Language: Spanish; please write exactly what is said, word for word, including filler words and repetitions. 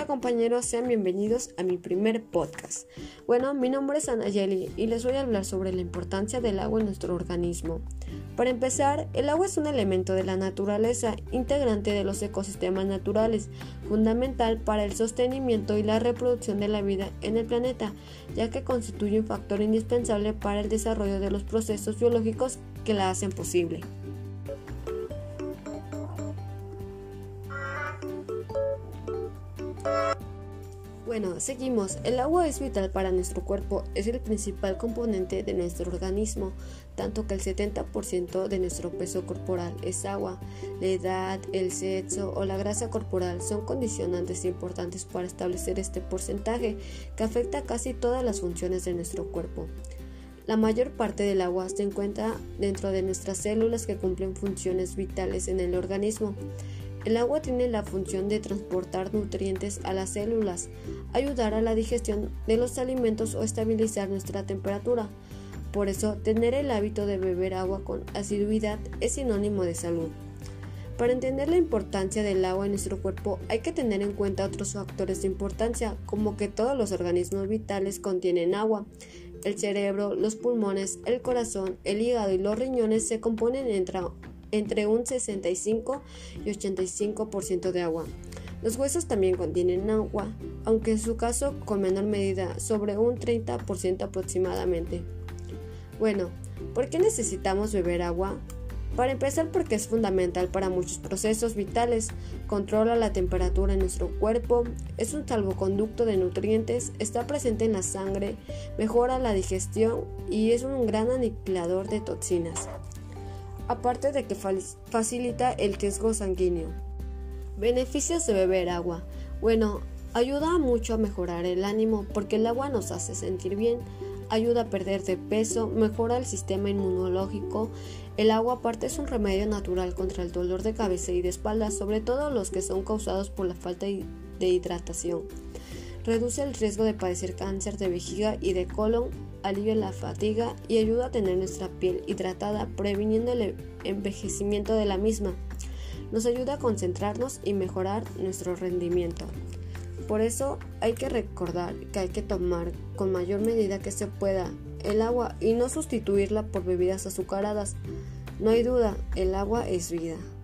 Hola compañeros, sean bienvenidos a mi primer podcast. Bueno, mi nombre es Anayeli y les voy a hablar sobre la importancia del agua en nuestro organismo. Para empezar, el agua es un elemento de la naturaleza, integrante de los ecosistemas naturales, fundamental para el sostenimiento y la reproducción de la vida en el planeta, ya que constituye un factor indispensable para el desarrollo de los procesos biológicos que la hacen posible. Bueno, seguimos. El agua es vital para nuestro cuerpo, es el principal componente de nuestro organismo, tanto que el setenta por ciento de nuestro peso corporal es agua. La edad, el sexo o la grasa corporal son condicionantes importantes para establecer este porcentaje, que afecta a casi todas las funciones de nuestro cuerpo. La mayor parte del agua se encuentra dentro de nuestras células que cumplen funciones vitales en el organismo. El agua tiene la función de transportar nutrientes a las células, ayudar a la digestión de los alimentos o estabilizar nuestra temperatura. Por eso, tener el hábito de beber agua con asiduidad es sinónimo de salud. Para entender la importancia del agua en nuestro cuerpo, hay que tener en cuenta otros factores de importancia, como que todos los organismos vitales contienen agua. El cerebro, los pulmones, el corazón, el hígado y los riñones se componen entre entre un sesenta y cinco y ochenta y cinco por ciento de agua. Los huesos también contienen agua, aunque en su caso con menor medida, sobre un treinta por ciento aproximadamente. Bueno, ¿por qué necesitamos beber agua? Para empezar, porque es fundamental para muchos procesos vitales, controla la temperatura en nuestro cuerpo, es un salvoconducto de nutrientes, está presente en la sangre, mejora la digestión y es un gran aniquilador de toxinas. Aparte de que facilita el riesgo sanguíneo. Beneficios de beber agua. Bueno, ayuda mucho a mejorar el ánimo porque el agua nos hace sentir bien, ayuda a perder de peso, mejora el sistema inmunológico. El agua aparte es un remedio natural contra el dolor de cabeza y de espalda, sobre todo los que son causados por la falta de hidratación. Reduce el riesgo de padecer cáncer de vejiga y de colon, alivia la fatiga y ayuda a tener nuestra piel hidratada, previniendo el envejecimiento de la misma. Nos ayuda a concentrarnos y mejorar nuestro rendimiento. Por eso hay que recordar que hay que tomar con mayor medida que se pueda el agua y no sustituirla por bebidas azucaradas. No hay duda, el agua es vida.